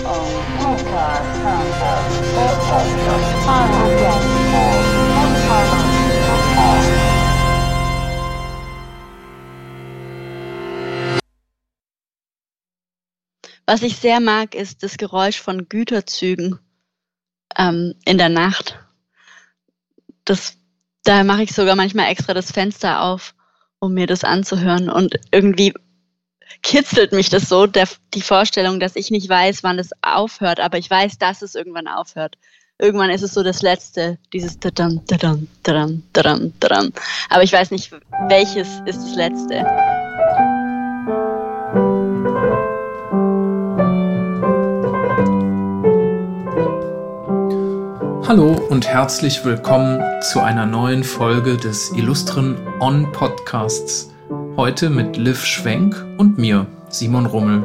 Was ich sehr mag, ist das Geräusch von Güterzügen in der Nacht. Da mache ich sogar manchmal extra das Fenster auf, um mir das anzuhören. Und irgendwie kitzelt mich das so, die Vorstellung, dass ich nicht weiß, wann es aufhört, aber ich weiß, dass es irgendwann aufhört. Irgendwann ist es so das Letzte, dieses Tadam, Tadam, Tadam, Tadam, Tadam. Aber ich weiß nicht, welches ist das Letzte. Hallo und herzlich willkommen zu einer neuen Folge des illustren On-Podcasts. Heute mit Liv Schwenk und mir, Simon Rummel.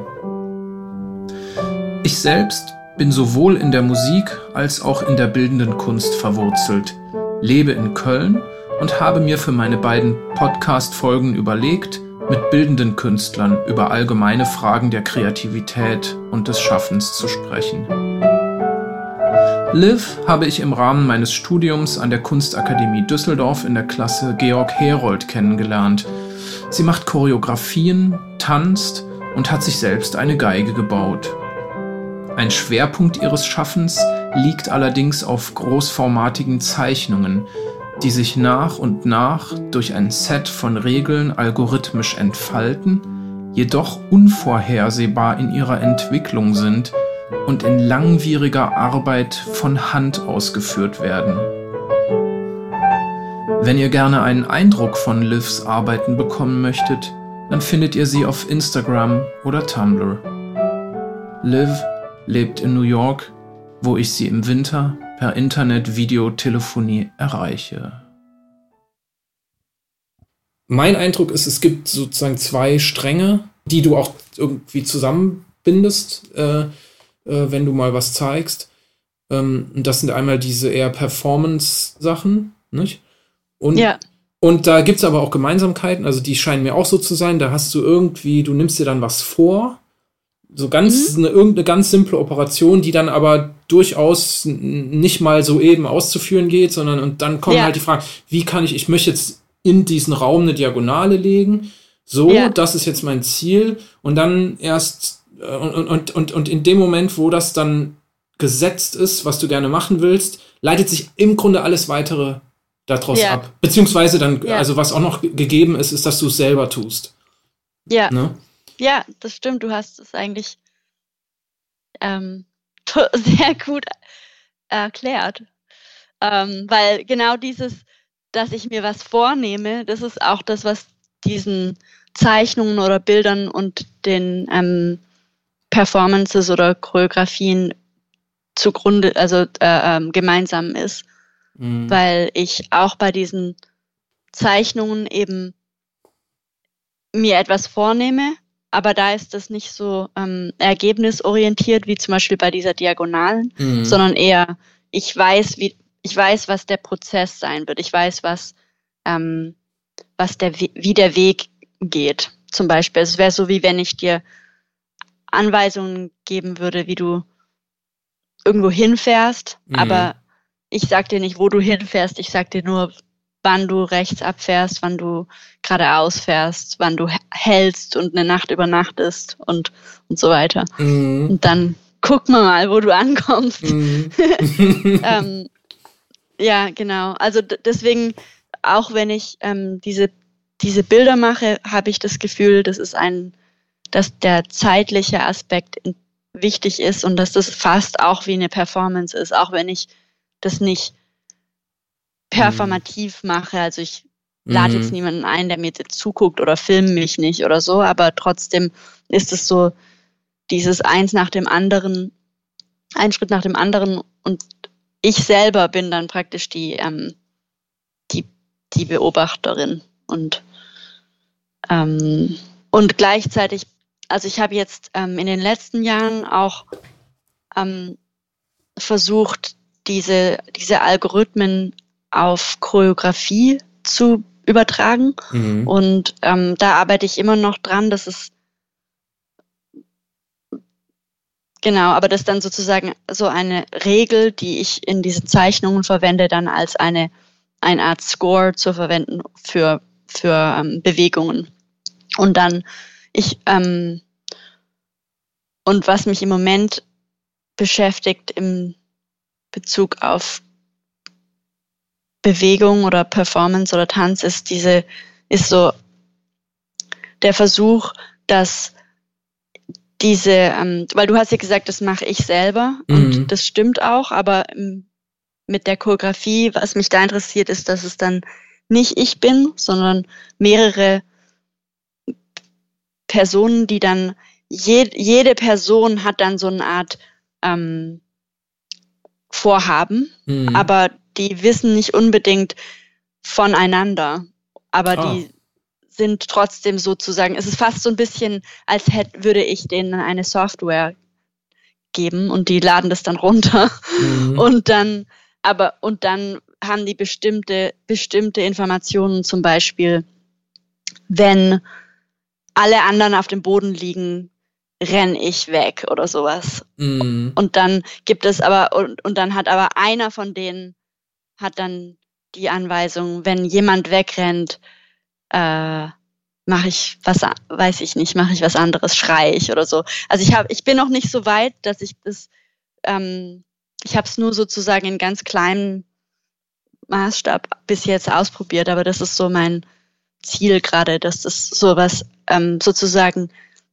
Ich selbst bin sowohl in der Musik als auch in der bildenden Kunst verwurzelt, lebe in Köln und habe mir für meine beiden Podcast-Folgen überlegt, mit bildenden Künstlern über allgemeine Fragen der Kreativität und des Schaffens zu sprechen. Liv habe ich im Rahmen meines Studiums an der Kunstakademie Düsseldorf in der Klasse Georg Herold kennengelernt. Sie macht Choreografien, tanzt und hat sich selbst eine Geige gebaut. Ein Schwerpunkt ihres Schaffens liegt allerdings auf großformatigen Zeichnungen, die sich nach und nach durch ein Set von Regeln algorithmisch entfalten, jedoch unvorhersehbar in ihrer Entwicklung sind und in langwieriger Arbeit von Hand ausgeführt werden. Wenn ihr gerne einen Eindruck von Livs Arbeiten bekommen möchtet, dann findet ihr sie auf Instagram oder Tumblr. Liv lebt in New York, wo ich sie im Winter per Internet-Videotelefonie erreiche. Mein Eindruck ist, es gibt sozusagen zwei Stränge, die du auch irgendwie zusammenbindest, wenn du mal was zeigst. Das sind einmal diese eher Performance-Sachen, nicht? Und da gibt es aber auch Gemeinsamkeiten, also die scheinen mir auch so zu sein, da hast du irgendwie, du nimmst dir dann was vor, so irgendeine ganz simple Operation, die dann aber durchaus nicht mal so eben auszuführen geht, sondern und dann kommt halt die Frage, wie kann ich möchte jetzt in diesen Raum eine Diagonale legen, das ist jetzt mein Ziel und dann erst und in dem Moment, wo das dann gesetzt ist, was du gerne machen willst, leitet sich im Grunde alles weitere daraus ab. Beziehungsweise dann, also was auch noch gegeben ist, ist, dass du es selber tust. Ja. Ne? Ja, das stimmt. Du hast es eigentlich sehr gut erklärt. Weil genau dieses, dass ich mir was vornehme, das ist auch das, was diesen Zeichnungen oder Bildern und den Performances oder Choreografien zugrunde, also gemeinsam ist. Weil ich auch bei diesen Zeichnungen eben mir etwas vornehme, aber da ist das nicht so ergebnisorientiert wie zum Beispiel bei dieser Diagonalen, sondern eher ich weiß, was der Prozess sein wird. Ich weiß, wie der Weg geht. Zum Beispiel, es wäre so, wie wenn ich dir Anweisungen geben würde, wie du irgendwo hinfährst, aber ich sag dir nicht, wo du hinfährst, ich sag dir nur, wann du rechts abfährst, wann du geradeaus fährst, wann du hältst und eine Nacht übernachtest und so weiter. Und dann guck mal, wo du ankommst. Ja, genau. Also deswegen, auch wenn ich diese Bilder mache, habe ich das Gefühl, dass der zeitliche Aspekt wichtig ist und dass das fast auch wie eine Performance ist, auch wenn ich das nicht performativ mache. Also ich lade jetzt niemanden ein, der mir jetzt zuguckt oder filme mich nicht oder so, aber trotzdem ist es so dieses eins nach dem anderen, ein Schritt nach dem anderen und ich selber bin dann praktisch die Beobachterin und gleichzeitig, also ich habe jetzt in den letzten Jahren auch versucht, diese Algorithmen auf Choreografie zu übertragen. Und da arbeite ich immer noch dran, dass es Genau, aber das dann sozusagen so eine Regel, die ich in diesen Zeichnungen verwende, dann als eine Art Score zu verwenden für Bewegungen. Und dann und was mich im Moment beschäftigt im Bezug auf Bewegung oder Performance oder Tanz ist so der Versuch, dass weil du hast ja gesagt, das mache ich selber und das stimmt auch, aber mit der Choreografie, was mich da interessiert, ist, dass es dann nicht ich bin, sondern mehrere Personen, die dann, jede Person hat dann so eine Art Vorhaben, aber die wissen nicht unbedingt voneinander, aber die sind trotzdem sozusagen, es ist fast so ein bisschen, als würde ich denen eine Software geben und die laden das dann runter und dann haben die bestimmte Informationen, zum Beispiel, wenn alle anderen auf dem Boden liegen, renne ich weg oder sowas. Und dann gibt es und dann hat aber einer von denen hat dann die Anweisung, wenn jemand wegrennt, mache ich was anderes, schreie ich oder so. Also ich bin noch nicht so weit, dass ich das, ich habe es nur sozusagen in ganz kleinem Maßstab bis jetzt ausprobiert, aber das ist so mein Ziel gerade, dass das sowas sozusagen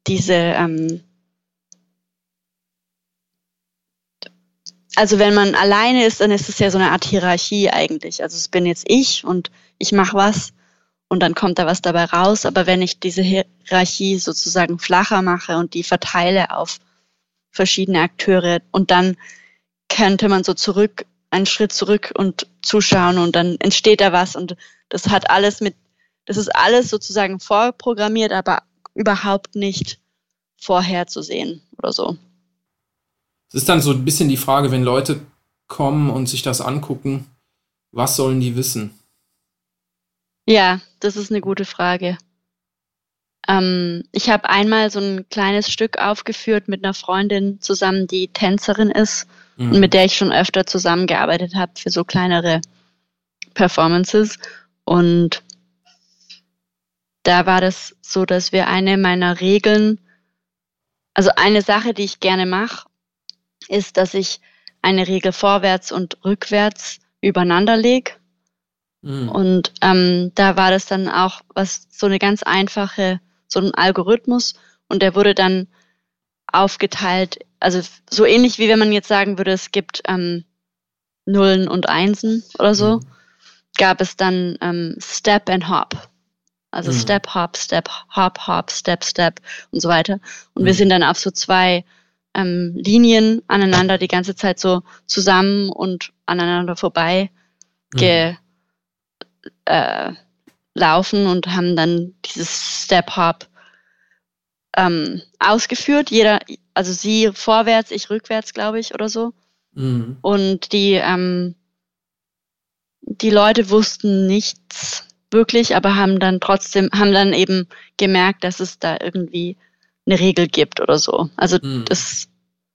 also wenn man alleine ist, dann ist es ja so eine Art Hierarchie eigentlich. Also es bin jetzt ich und ich mache was und dann kommt da was dabei raus. Aber wenn ich diese Hierarchie sozusagen flacher mache und die verteile auf verschiedene Akteure und dann könnte man so einen Schritt zurück und zuschauen und dann entsteht da was und das ist alles sozusagen vorprogrammiert, aber überhaupt nicht vorherzusehen oder so. Es ist dann so ein bisschen die Frage, wenn Leute kommen und sich das angucken, was sollen die wissen? Ja, das ist eine gute Frage. Ich habe einmal so ein kleines Stück aufgeführt mit einer Freundin zusammen, die Tänzerin ist und mit der ich schon öfter zusammengearbeitet habe für so kleinere Performances. Und da war das so, dass wir eine meiner Regeln, also eine Sache, die ich gerne mache, ist, dass ich eine Regel vorwärts und rückwärts übereinander lege. Und da war das dann auch so eine ganz einfache, so ein Algorithmus und der wurde dann aufgeteilt, also so ähnlich wie wenn man jetzt sagen würde, es gibt Nullen und Einsen oder so, gab es dann Step and Hop. Also Step, Hop, Step, Hop, Hop, Step, Step und so weiter. Und wir sind dann auf so 2 Linien aneinander die ganze Zeit so zusammen und aneinander vorbei laufen und haben dann dieses Step Hop ausgeführt. Also sie vorwärts, ich rückwärts, glaube ich, oder so. Und die Leute wussten nichts wirklich, aber haben dann eben gemerkt, dass es da irgendwie eine Regel gibt oder so. Also das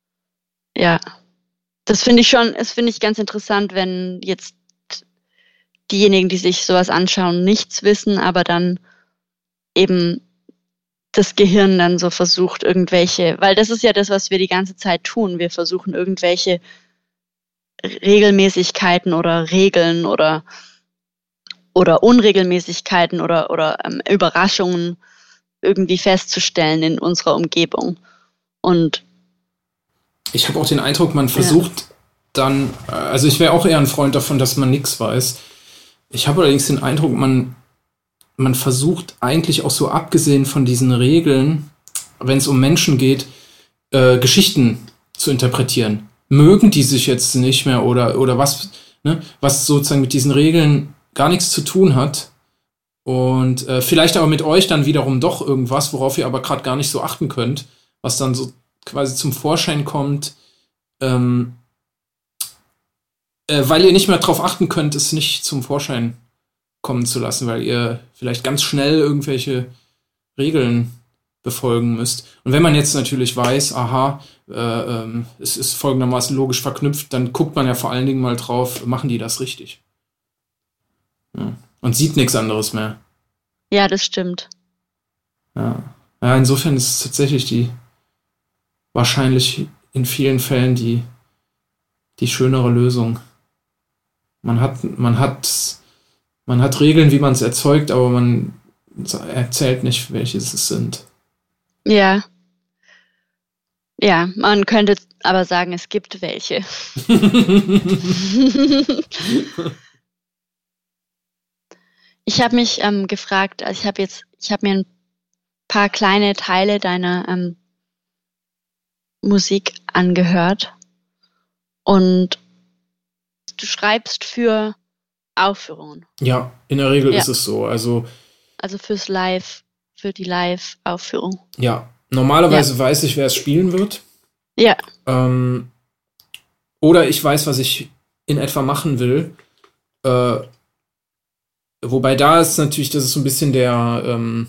finde ich ganz interessant, wenn jetzt diejenigen, die sich sowas anschauen, nichts wissen, aber dann eben das Gehirn dann so versucht, weil das ist ja das, was wir die ganze Zeit tun. Wir versuchen irgendwelche Regelmäßigkeiten oder Regeln oder Unregelmäßigkeiten oder Überraschungen irgendwie festzustellen in unserer Umgebung. Und ich habe auch den Eindruck, man versucht dann, also ich wäre auch eher ein Freund davon, dass man nichts weiß. Ich habe allerdings den Eindruck, man versucht eigentlich auch so, abgesehen von diesen Regeln, wenn es um Menschen geht, Geschichten zu interpretieren. Mögen die sich jetzt nicht mehr oder was, ne, was sozusagen mit diesen Regeln gar nichts zu tun hat und vielleicht aber mit euch dann wiederum doch irgendwas, worauf ihr aber gerade gar nicht so achten könnt, was dann so quasi zum Vorschein kommt, weil ihr nicht mehr drauf achten könnt, es nicht zum Vorschein kommen zu lassen, weil ihr vielleicht ganz schnell irgendwelche Regeln befolgen müsst. Und wenn man jetzt natürlich weiß, aha, es ist folgendermaßen logisch verknüpft, dann guckt man ja vor allen Dingen mal drauf, machen die das richtig? Ja. Und sieht nichts anderes mehr. Ja, das stimmt. Ja. Ja, insofern ist es tatsächlich wahrscheinlich in vielen Fällen die schönere Lösung. Man hat Regeln, wie man es erzeugt, aber man erzählt nicht, welche es sind. Ja. Ja, man könnte aber sagen, es gibt welche. Ich habe mich gefragt, also ich habe mir ein paar kleine Teile deiner Musik angehört und du schreibst für Aufführungen. Ja, in der Regel ist es so. Also für die Live-Aufführung. Ja, normalerweise weiß ich, wer es spielen wird. Ja. Oder ich weiß, was ich in etwa machen will. Wobei da ist natürlich, das ist so ein bisschen der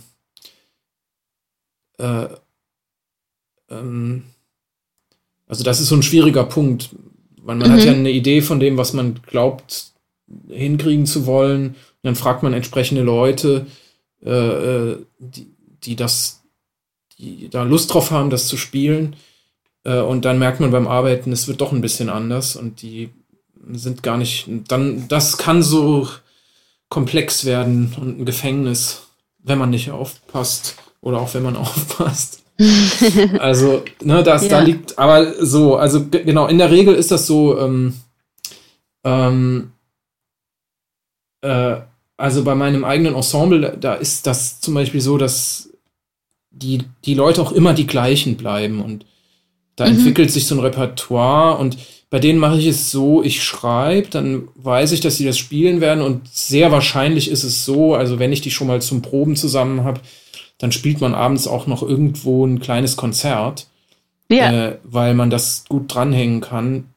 also das ist so ein schwieriger Punkt. Man hat ja eine Idee von dem, was man glaubt hinkriegen zu wollen. Und dann fragt man entsprechende Leute, die da Lust drauf haben, das zu spielen. Und dann merkt man beim Arbeiten, es wird doch ein bisschen anders und die sind gar nicht, das kann so komplex werden und ein Gefängnis, wenn man nicht aufpasst oder auch wenn man aufpasst. Also, ne, da liegt, aber so, also genau, in der Regel ist das so, also bei meinem eigenen Ensemble, da ist das zum Beispiel so, dass die Leute auch immer die gleichen bleiben und da entwickelt sich so ein Repertoire und bei denen mache ich es so, ich schreibe, dann weiß ich, dass sie das spielen werden und sehr wahrscheinlich ist es so, also wenn ich die schon mal zum Proben zusammen habe, dann spielt man abends auch noch irgendwo ein kleines Konzert, weil man das gut dranhängen kann.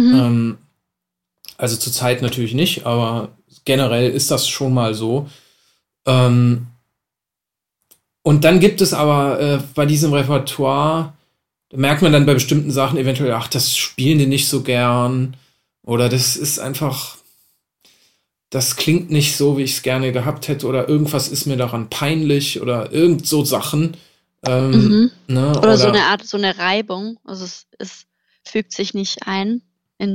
Also zurzeit natürlich nicht, aber generell ist das schon mal so. Und dann gibt es aber bei diesem Repertoire, da merkt man dann bei bestimmten Sachen eventuell, ach, das spielen die nicht so gern. Oder das ist einfach, das klingt nicht so, wie ich es gerne gehabt hätte. Oder irgendwas ist mir daran peinlich. Oder irgend so Sachen. Ne? Oder so eine Art, so eine Reibung. Also es fügt sich nicht ein.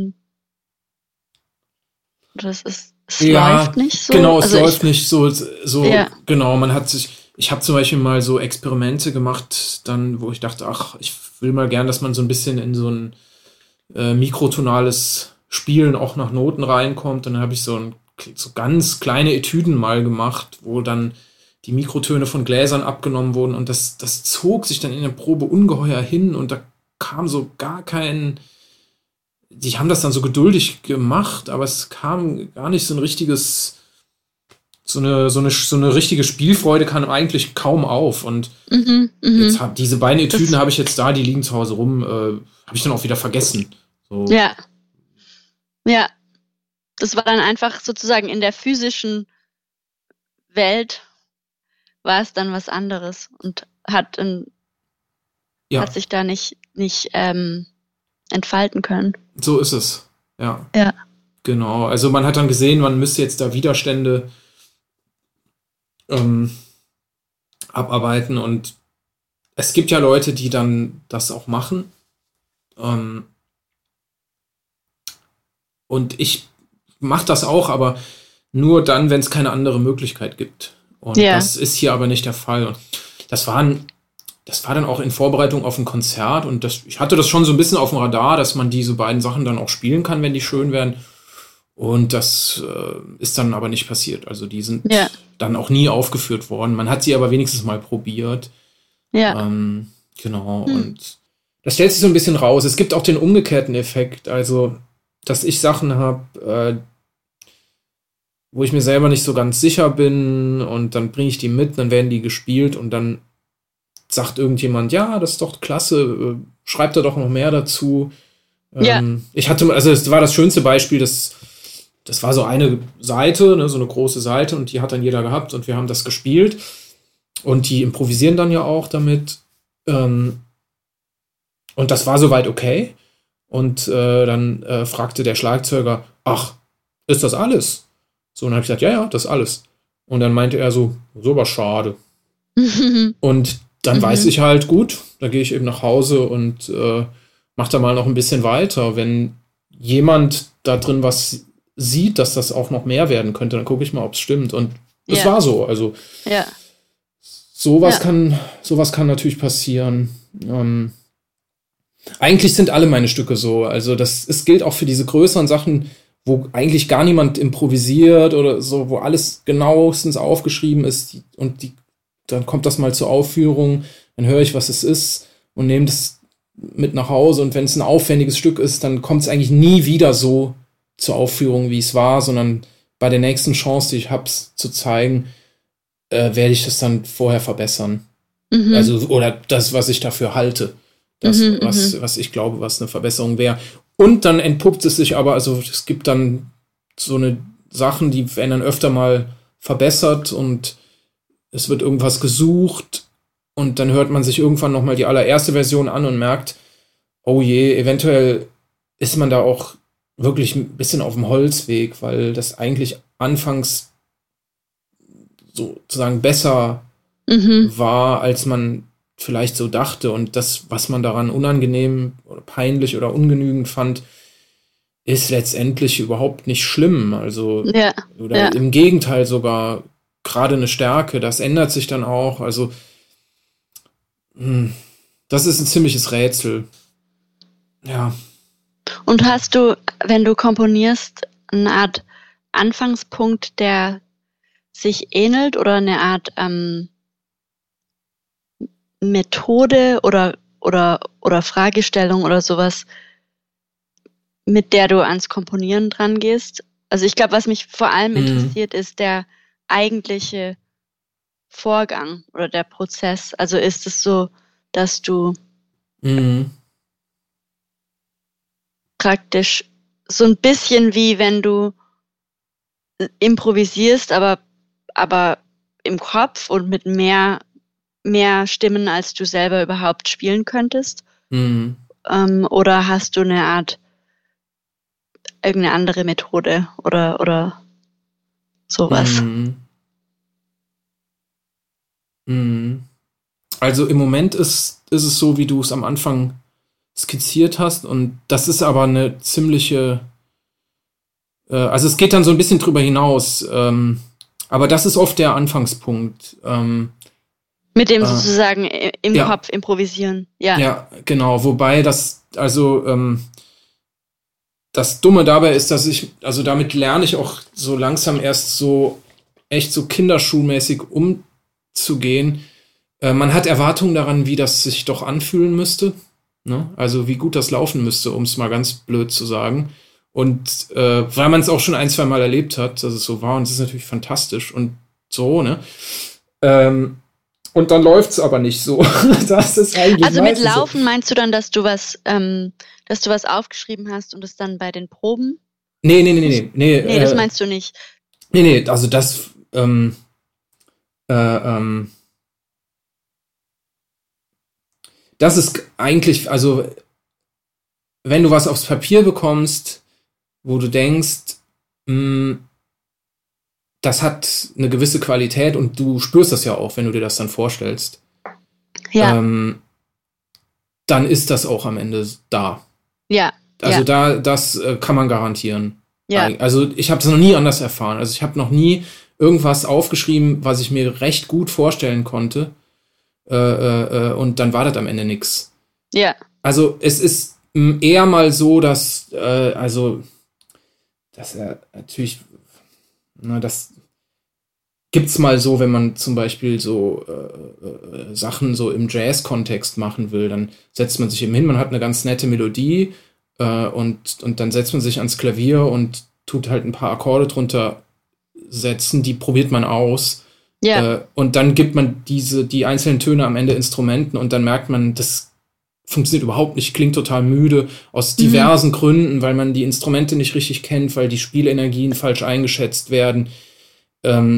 Oder es läuft nicht so. Genau, es läuft nicht so. Genau, ich habe zum Beispiel mal so Experimente gemacht, dann, wo ich dachte, ach, ich will mal gern, dass man so ein bisschen in so ein mikrotonales Spielen auch nach Noten reinkommt. Und dann habe ich so ganz kleine Etüden mal gemacht, wo dann die Mikrotöne von Gläsern abgenommen wurden. Und das zog sich dann in der Probe ungeheuer hin und da kam so gar kein. Die haben das dann so geduldig gemacht, aber es kam gar nicht so ein richtiges. So eine richtige Spielfreude kam eigentlich kaum auf. Und jetzt diese beiden Etüden habe ich jetzt da, die liegen zu Hause rum, habe ich dann auch wieder vergessen. So. Ja. Ja. Das war dann einfach sozusagen in der physischen Welt war es dann was anderes und hat sich da nicht entfalten können. So ist es. Ja. Ja. Genau. Also man hat dann gesehen, man müsste jetzt da Widerstände abarbeiten und es gibt ja Leute, die dann das auch machen. Und ich mache das auch, aber nur dann, wenn es keine andere Möglichkeit gibt. Und das ist hier aber nicht der Fall. Und das war dann auch in Vorbereitung auf ein Konzert und ich hatte das schon so ein bisschen auf dem Radar, dass man diese beiden Sachen dann auch spielen kann, wenn die schön werden. Und das ist dann aber nicht passiert. Also die sind dann auch nie aufgeführt worden. Man hat sie aber wenigstens mal probiert. Ja. Genau. Und das stellt sich so ein bisschen raus. Es gibt auch den umgekehrten Effekt. Also, dass ich Sachen habe, wo ich mir selber nicht so ganz sicher bin und dann bringe ich die mit, dann werden die gespielt und dann sagt irgendjemand, ja, das ist doch klasse, schreibt da doch noch mehr dazu. Ich hatte, also es war das schönste Beispiel, das war so eine Seite, ne, so eine große Seite und die hat dann jeder gehabt und wir haben das gespielt Und die improvisieren dann ja auch damit. Und das war soweit okay. Und dann fragte der Schlagzeuger, ach, ist das alles? So, und dann habe ich gesagt, ja, das ist alles. Und dann meinte er so was schade. Und dann weiß ich halt, gut, da gehe ich eben nach Hause und mache da mal noch ein bisschen weiter. Wenn jemand da drin was sieht, dass das auch noch mehr werden könnte, dann gucke ich mal, ob es stimmt. Und es war so. Also sowas kann natürlich passieren. Eigentlich sind alle meine Stücke so. Also es gilt auch für diese größeren Sachen, wo eigentlich gar niemand improvisiert oder so, wo alles genauestens aufgeschrieben ist und dann kommt das mal zur Aufführung, dann höre ich, was es ist und nehme das mit nach Hause, und wenn es ein aufwendiges Stück ist, dann kommt es eigentlich nie wieder so zur Aufführung, wie es war, sondern bei der nächsten Chance, die ich habe, es zu zeigen, werde ich das dann vorher verbessern. Also, oder das, was ich dafür halte. Das, was ich glaube, was eine Verbesserung wäre. Und dann entpuppt es sich aber, also es gibt dann so eine Sachen, die werden dann öfter mal verbessert und es wird irgendwas gesucht und dann hört man sich irgendwann nochmal die allererste Version an und merkt, oh je, eventuell ist man da auch wirklich ein bisschen auf dem Holzweg, weil das eigentlich anfangs sozusagen besser war, als man vielleicht so dachte, und das, was man daran unangenehm oder peinlich oder ungenügend fand, ist letztendlich überhaupt nicht schlimm. Also im Gegenteil sogar gerade eine Stärke. Das ändert sich dann auch. Also das ist ein ziemliches Rätsel. Ja. Und hast du, wenn du komponierst, eine Art Anfangspunkt, der sich ähnelt, oder eine Art Methode oder Fragestellung oder sowas, mit der du ans Komponieren dran gehst? Also ich glaube, was mich vor allem interessiert, ist der eigentliche Vorgang oder der Prozess. Also ist es so, dass du praktisch so ein bisschen wie wenn du improvisierst, aber im Kopf und mit mehr Stimmen, als du selber überhaupt spielen könntest? Oder hast du eine Art, irgendeine andere Methode oder sowas? Also im Moment ist es so, wie du es am Anfang skizziert hast, und das ist aber eine ziemliche, also es geht dann so ein bisschen drüber hinaus, aber das ist oft der Anfangspunkt. Mit dem sozusagen im Kopf improvisieren. Ja, genau. Wobei das Dumme dabei ist, dass damit lerne ich auch so langsam erst so echt so kinderschuhmäßig umzugehen. Man hat Erwartungen daran, wie das sich doch anfühlen müsste. Ne? Also wie gut das laufen müsste, um es mal ganz blöd zu sagen. Und weil man es auch schon 1-2 Mal erlebt hat, dass es so war, und es ist natürlich fantastisch und so, ne? Und dann läuft es aber nicht so. Das ist eigentlich also mit Laufen so. Meinst du dann, dass du was aufgeschrieben hast und es dann bei den Proben? Nee. Nee, das meinst du nicht. Nee, also das das ist eigentlich, also wenn du was aufs Papier bekommst, wo du denkst, das hat eine gewisse Qualität, und du spürst das ja auch, wenn du dir das dann vorstellst. Ja. Dann ist das auch am Ende da. Ja. Also das kann man garantieren. Ja. Also ich habe es noch nie anders erfahren. Also ich habe noch nie irgendwas aufgeschrieben, was ich mir recht gut vorstellen konnte. Und dann war das am Ende nix. Ja. Also es ist eher mal so, dass natürlich, das gibt's mal so, wenn man zum Beispiel so Sachen so im Jazz-Kontext machen will, dann setzt man sich eben hin, man hat eine ganz nette Melodie und dann setzt man sich ans Klavier und tut halt ein paar Akkorde drunter setzen, die probiert man aus. Ja. Und dann gibt man die einzelnen Töne am Ende Instrumenten, und dann merkt man, das funktioniert überhaupt nicht, klingt total müde, aus diversen Gründen, weil man die Instrumente nicht richtig kennt, weil die Spielenergien falsch eingeschätzt werden.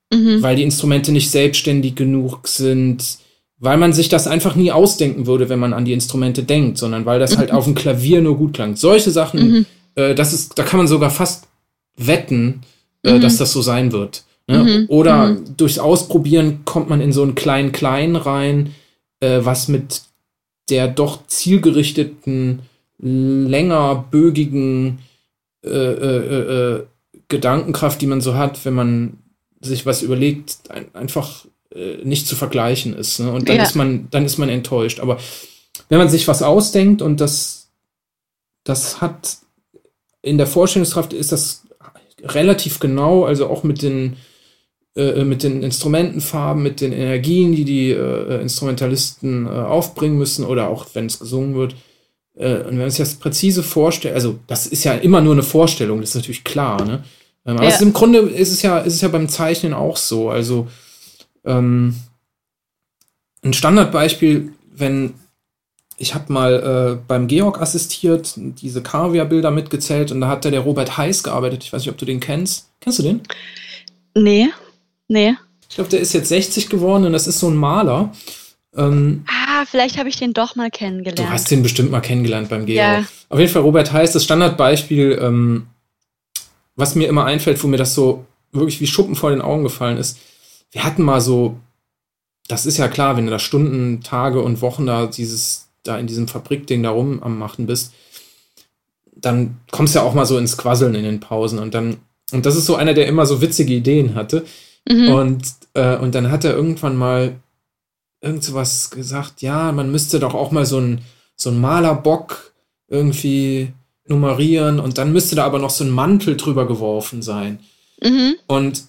weil die Instrumente nicht selbstständig genug sind, weil man sich das einfach nie ausdenken würde, wenn man an die Instrumente denkt, sondern weil das halt auf dem Klavier nur gut klang. Solche Sachen, da kann man sogar fast wetten, dass das so sein wird. Ne? Oder durchs Ausprobieren kommt man in so einen Klein-Klein rein, was mit der doch zielgerichteten, länger bögigen Gedankenkraft, die man so hat, wenn man sich was überlegt, einfach nicht zu vergleichen ist. Ne? Und dann ist man enttäuscht. Aber wenn man sich was ausdenkt und das hat in der Vorstellungskraft ist das relativ genau, also auch mit den Instrumentenfarben, mit den Energien, die Instrumentalisten aufbringen müssen oder auch wenn es gesungen wird. Und wenn man sich das präzise vorstellt, also das ist ja immer nur eine Vorstellung, das ist natürlich klar, ne? Aber im Grunde ist es ja beim Zeichnen auch so. Also ein Standardbeispiel, ich habe mal beim Georg assistiert, diese Kaviar-Bilder mitgezählt und da hat der Robert Heiß gearbeitet. Ich weiß nicht, ob du den kennst. Kennst du den? Nee. Ich glaube, der ist jetzt 60 geworden und das ist so ein Maler. Vielleicht habe ich den doch mal kennengelernt. Du hast den bestimmt mal kennengelernt beim Georg. Ja. Auf jeden Fall Robert Heiß, das Standardbeispiel, was mir immer einfällt, wo mir das so wirklich wie Schuppen vor den Augen gefallen ist. Wir hatten mal so, das ist ja klar, wenn du da Stunden, Tage und Wochen da in diesem Fabrikding da rum am Machen bist, dann kommst du ja auch mal so ins Quasseln in den Pausen und das ist so einer, der immer so witzige Ideen hatte. Und dann hat er irgendwann mal irgend sowas gesagt, ja, man müsste doch auch mal so einen Malerbock irgendwie nummerieren und dann müsste da aber noch so ein Mantel drüber geworfen sein. Und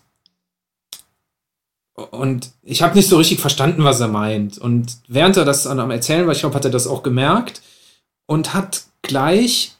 ich habe nicht so richtig verstanden, was er meint. Und während er das am Erzählen war, ich glaube, hat er das auch gemerkt und hat gleich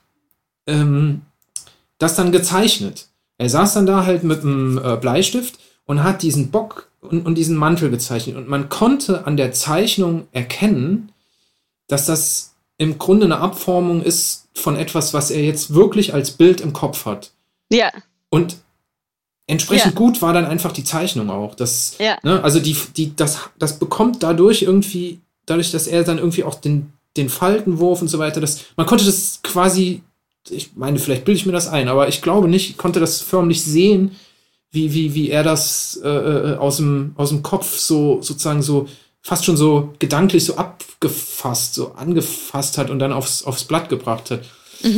das dann gezeichnet. Er saß dann da halt mit einem Bleistift und hat diesen Bock und diesen Mantel gezeichnet. Und man konnte an der Zeichnung erkennen, dass das im Grunde eine Abformung ist von etwas, was er jetzt wirklich als Bild im Kopf hat. Ja. Und entsprechend gut war dann einfach die Zeichnung auch. Ne, also das bekommt dadurch, dass er dann irgendwie auch den Faltenwurf und so weiter, man konnte das quasi, ich meine, vielleicht bilde ich mir das ein, aber ich glaube nicht, ich konnte das förmlich sehen, wie er das aus dem Kopf so sozusagen so fast schon so gedanklich so angefasst hat und dann aufs Blatt gebracht hat.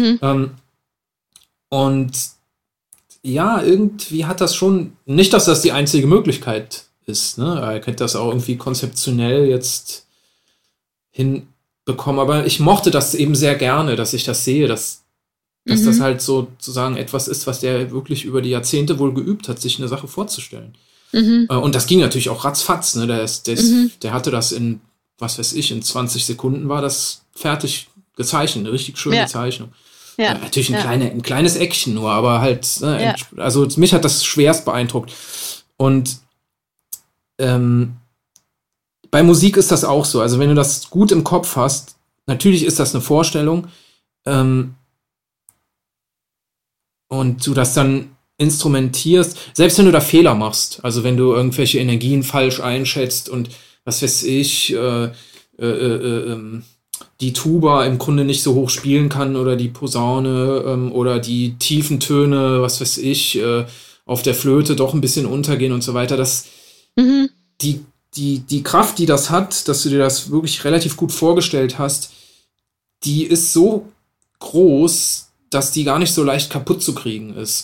Und ja, irgendwie hat das schon, nicht, dass das die einzige Möglichkeit ist, ne? Er könnte das auch irgendwie konzeptionell jetzt hinbekommen, aber ich mochte das eben sehr gerne, dass ich das sehe, dass das halt sozusagen etwas ist, was der wirklich über die Jahrzehnte wohl geübt hat, sich eine Sache vorzustellen. Und das ging natürlich auch ratzfatz, ne? Der hatte das in, was weiß ich, in 20 Sekunden war das fertig gezeichnet, eine richtig schöne Zeichnung. Ja. Natürlich ein kleines Eckchen nur, aber halt, ne, also mich hat das schwerst beeindruckt. Und bei Musik ist das auch so. Also wenn du das gut im Kopf hast, natürlich ist das eine Vorstellung, und du das dann instrumentierst, selbst wenn du da Fehler machst, also wenn du irgendwelche Energien falsch einschätzt und was weiß ich, die Tuba im Grunde nicht so hoch spielen kann oder die Posaune oder die tiefen Töne, was weiß ich, auf der Flöte doch ein bisschen untergehen und so weiter. Die Kraft, die das hat, dass du dir das wirklich relativ gut vorgestellt hast, die ist so groß, dass die gar nicht so leicht kaputt zu kriegen ist.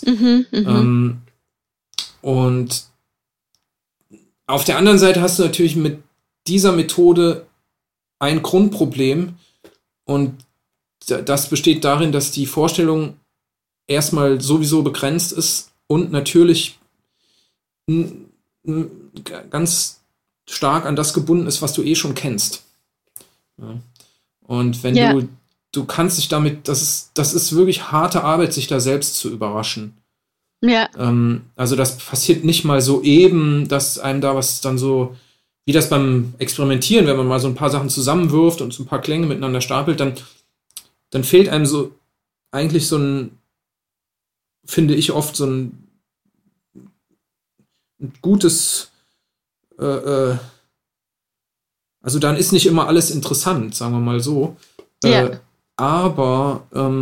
Und auf der anderen Seite hast du natürlich mit dieser Methode ein Grundproblem und das besteht darin, dass die Vorstellung erstmal sowieso begrenzt ist und natürlich ganz stark an das gebunden ist, was du schon kennst. Ja. Und wenn du kannst dich damit, das ist wirklich harte Arbeit, sich da selbst zu überraschen. Ja. Also das passiert nicht mal so eben, dass einem da was dann so, wie das beim Experimentieren, wenn man mal so ein paar Sachen zusammenwirft und so ein paar Klänge miteinander stapelt, dann fehlt einem so eigentlich so ein, finde ich oft so ein ein gutes, also dann ist nicht immer alles interessant, sagen wir mal so. Ja. Aber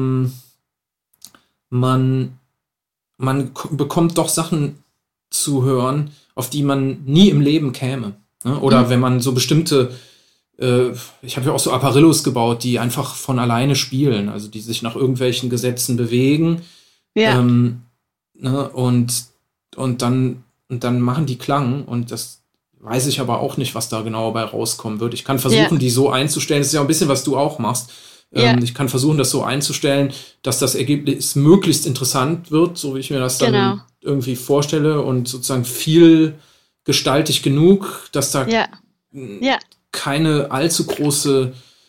man bekommt doch Sachen zu hören, auf die man nie im Leben käme. Ne? Oder wenn man so bestimmte, ich habe ja auch so Apparillos gebaut, die einfach von alleine spielen, also die sich nach irgendwelchen Gesetzen bewegen. Ja. Ne? Und dann machen die Klang und das weiß ich aber auch nicht, was da genau bei rauskommen wird. Ich kann versuchen, die so einzustellen. Das ist ja ein bisschen, was du auch machst. Ich kann versuchen, das so einzustellen, dass das Ergebnis möglichst interessant wird, so wie ich mir das dann irgendwie vorstelle und sozusagen vielgestaltig genug, dass da keine allzu große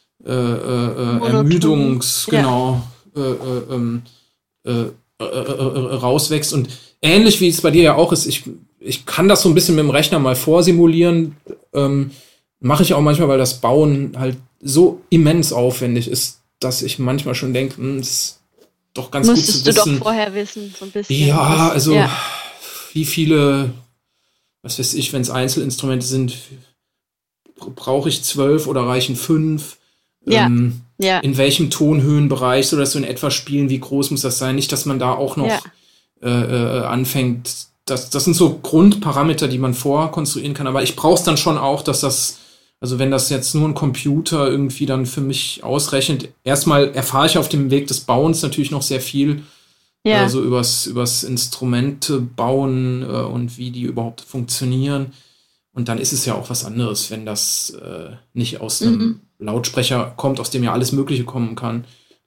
rauswächst. Und ähnlich wie es bei dir ja auch ist, ich kann das so ein bisschen mit dem Rechner mal vorsimulieren, mache ich auch manchmal, weil das Bauen halt so immens aufwendig ist, dass ich manchmal schon denke, das ist doch ganz gut zu wissen. Musstest du doch vorher wissen, so ein bisschen. Ja, also wie viele, was weiß ich, wenn es Einzelinstrumente sind, brauche ich 12 oder reichen 5? In welchem Tonhöhenbereich soll das so in etwa spielen? Wie groß muss das sein? Nicht, dass man da auch noch anfängt. Das sind so Grundparameter, die man vorkonstruieren kann. Aber ich brauche es dann schon auch, dass das, also wenn das jetzt nur ein Computer irgendwie dann für mich ausrechnet, erstmal erfahre ich auf dem Weg des Bauens natürlich noch sehr viel. So übers Instrumente bauen und wie die überhaupt funktionieren. Und dann ist es ja auch was anderes, wenn das nicht aus einem Lautsprecher kommt, aus dem ja alles Mögliche kommen kann,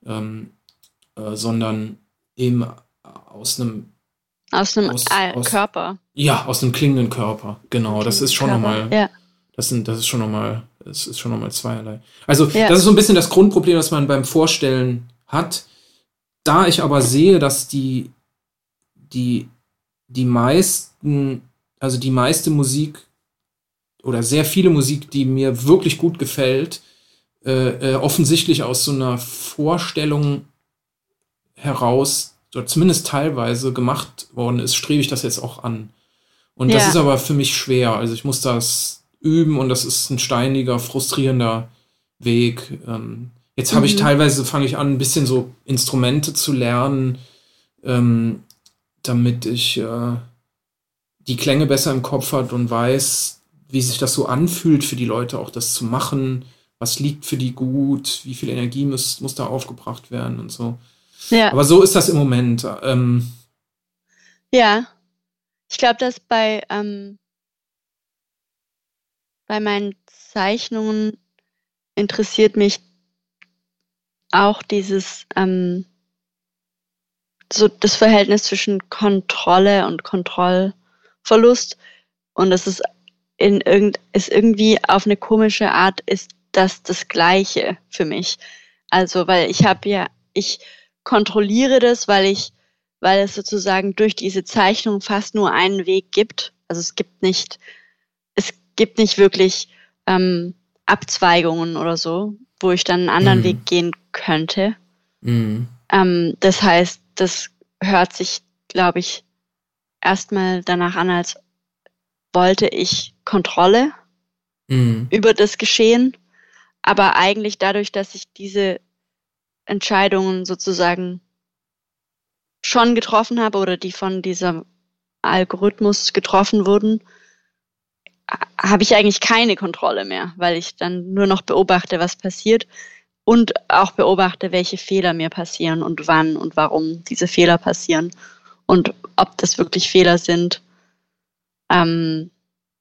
sondern eben aus einem Körper. Ja, aus einem klingenden Körper, genau. Das ist schon nochmal, das ist schon nochmal zweierlei. Also das ist so ein bisschen das Grundproblem, das man beim Vorstellen hat. Da ich aber sehe, dass die meisten, also die meiste Musik oder sehr viele Musik, die mir wirklich gut gefällt, offensichtlich aus so einer Vorstellung heraus, oder zumindest teilweise gemacht worden ist, strebe ich das jetzt auch an. Und das ist aber für mich schwer. Also ich muss das üben und das ist ein steiniger, frustrierender Weg. Jetzt habe ich teilweise, fange ich an, ein bisschen so Instrumente zu lernen, damit ich die Klänge besser im Kopf hat und weiß, wie sich das so anfühlt für die Leute, auch das zu machen. Was liegt für die gut? Wie viel Energie muss da aufgebracht werden und so. Ja. Aber so ist das im Moment. Ich glaube, dass bei meinen Zeichnungen interessiert mich auch dieses so das Verhältnis zwischen Kontrolle und Kontrollverlust. Und es ist irgendwie auf eine komische Art ist das Gleiche für mich. Also, weil ich kontrolliere das, weil es sozusagen durch diese Zeichnung fast nur einen Weg gibt. Also es gibt nicht wirklich Abzweigungen oder so, wo ich dann einen anderen Weg gehen könnte. Das heißt, das hört sich, glaube ich, erstmal danach an, als wollte ich Kontrolle über das Geschehen, aber eigentlich dadurch, dass ich diese Entscheidungen sozusagen schon getroffen habe oder die von diesem Algorithmus getroffen wurden, habe ich eigentlich keine Kontrolle mehr, weil ich dann nur noch beobachte, was passiert und auch beobachte, welche Fehler mir passieren und wann und warum diese Fehler passieren und ob das wirklich Fehler sind. Und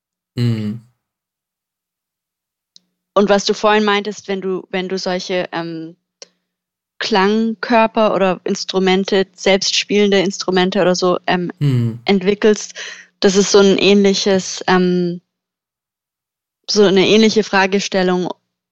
was du vorhin meintest, wenn du solche Klangkörper oder Instrumente, selbstspielende Instrumente oder so entwickelst, das ist so ein ähnliches, so eine ähnliche Fragestellung.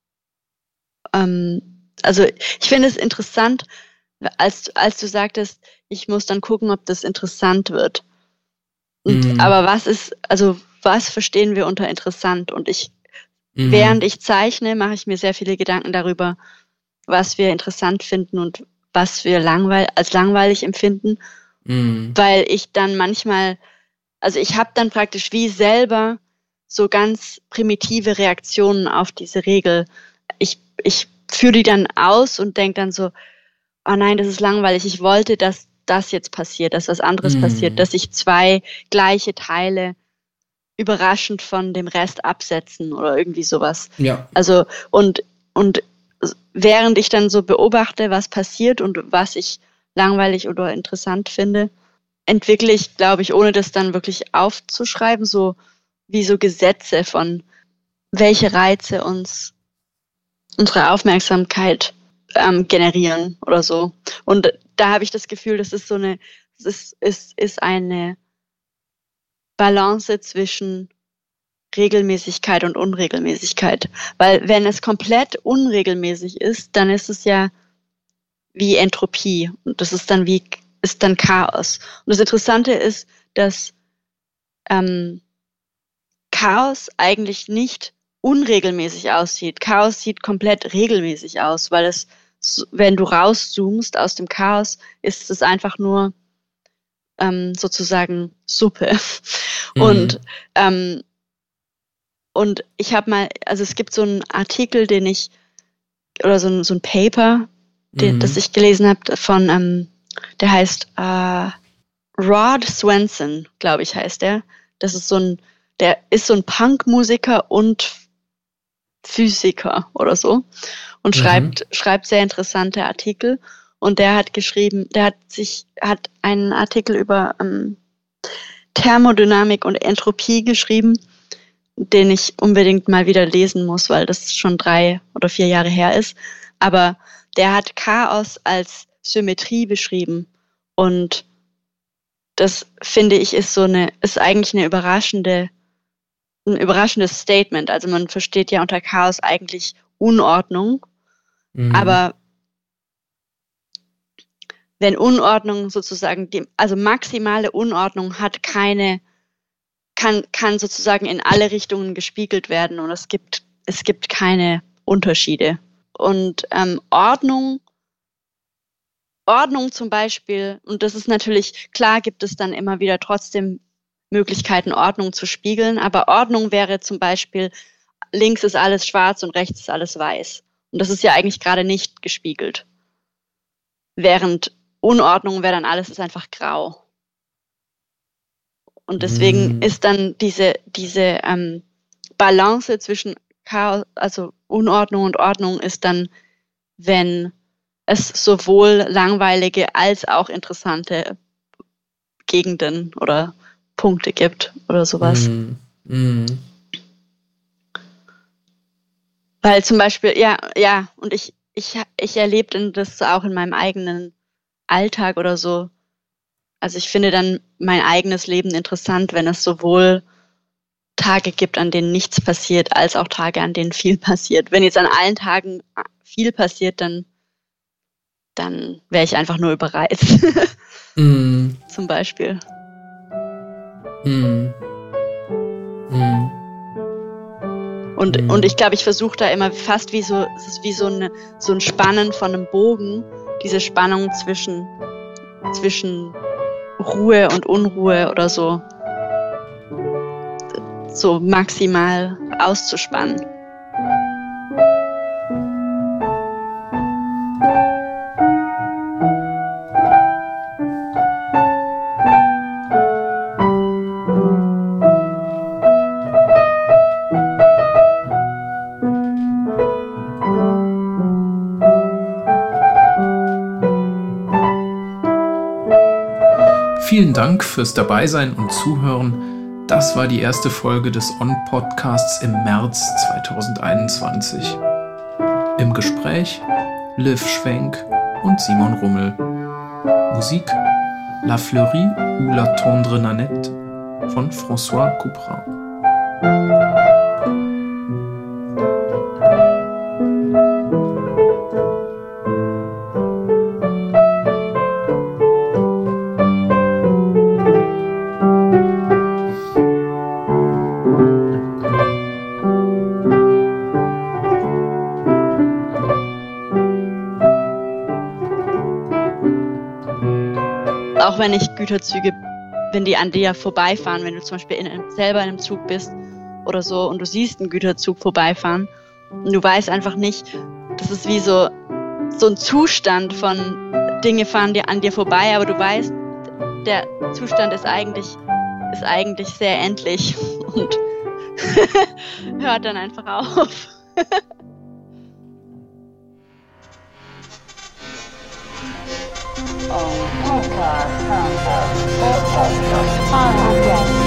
Also ich finde es interessant, als du sagtest, ich muss dann gucken, ob das interessant wird. Aber was verstehen wir unter interessant? Und während ich zeichne, mache ich mir sehr viele Gedanken darüber, was wir interessant finden und was wir als langweilig empfinden, weil ich dann manchmal, Also ich habe dann praktisch wie selber so ganz primitive Reaktionen auf diese Regel. Ich führe die dann aus und denke dann so, oh nein, das ist langweilig. Ich wollte, dass das jetzt passiert, dass was anderes passiert, dass sich 2 gleiche Teile überraschend von dem Rest absetzen oder irgendwie sowas. Ja. Also und während ich dann so beobachte, was passiert und was ich langweilig oder interessant finde, entwickle ich, glaube ich, ohne das dann wirklich aufzuschreiben, so wie so Gesetze von welche Reize uns unsere Aufmerksamkeit generieren oder so. Und da habe ich das Gefühl, das ist so eine, ist eine Balance zwischen Regelmäßigkeit und Unregelmäßigkeit. Weil wenn es komplett unregelmäßig ist, dann ist es ja wie Entropie. Und das ist dann Chaos. Und das Interessante ist, dass Chaos eigentlich nicht unregelmäßig aussieht. Chaos sieht komplett regelmäßig aus, weil es, wenn du rauszoomst aus dem Chaos, ist es einfach nur sozusagen Suppe. Und ich habe mal, also es gibt so einen Artikel, oder so ein Paper, das ich gelesen habe von, der heißt Rod Swenson, glaube ich, heißt der. Das ist der ist so ein Punkmusiker und Physiker oder so und schreibt sehr interessante Artikel. Und der hat geschrieben, hat einen Artikel über Thermodynamik und Entropie geschrieben, den ich unbedingt mal wieder lesen muss, weil das schon 3 oder 4 Jahre her ist. Aber der hat Chaos als Symmetrie beschrieben. Und das, finde ich, ist eigentlich ein überraschendes Statement. Also man versteht ja unter Chaos eigentlich Unordnung. Aber wenn Unordnung sozusagen, also maximale Unordnung kann sozusagen in alle Richtungen gespiegelt werden und es gibt keine Unterschiede. Und Ordnung zum Beispiel, und das ist natürlich, klar gibt es dann immer wieder trotzdem Möglichkeiten, Ordnung zu spiegeln, aber Ordnung wäre zum Beispiel, links ist alles schwarz und rechts ist alles weiß. Und das ist ja eigentlich gerade nicht gespiegelt. Während Unordnung wäre dann alles ist einfach grau. Und deswegen ist dann diese Balance zwischen Chaos, also Unordnung und Ordnung ist dann, wenn es sowohl langweilige als auch interessante Gegenden oder Punkte gibt oder sowas. Weil zum Beispiel, ja, und ich erlebe das auch in meinem eigenen Alltag oder so. Also ich finde dann mein eigenes Leben interessant, wenn es sowohl Tage gibt, an denen nichts passiert, als auch Tage, an denen viel passiert. Wenn jetzt an allen Tagen viel passiert, dann wäre ich einfach nur überreizt. Zum Beispiel. Und ich glaube, ich versuche da immer fast es ist wie so ein Spannen von einem Bogen, diese Spannung zwischen Ruhe und Unruhe oder so maximal auszuspannen. Vielen Dank fürs Dabeisein und Zuhören. Das war die erste Folge des On-Podcasts im März 2021. Im Gespräch Liv Schwenk und Simon Rummel. Musik La Fleurie ou la Tendre Nanette von François Couperin. Auch wenn ich Güterzüge wenn die an dir vorbeifahren, wenn du zum Beispiel selber in einem Zug bist oder so und du siehst einen Güterzug vorbeifahren und du weißt einfach nicht, das ist wie so ein Zustand von Dinge fahren dir an dir vorbei, aber du weißt, der Zustand ist eigentlich sehr endlich und hört dann einfach auf. Podcast.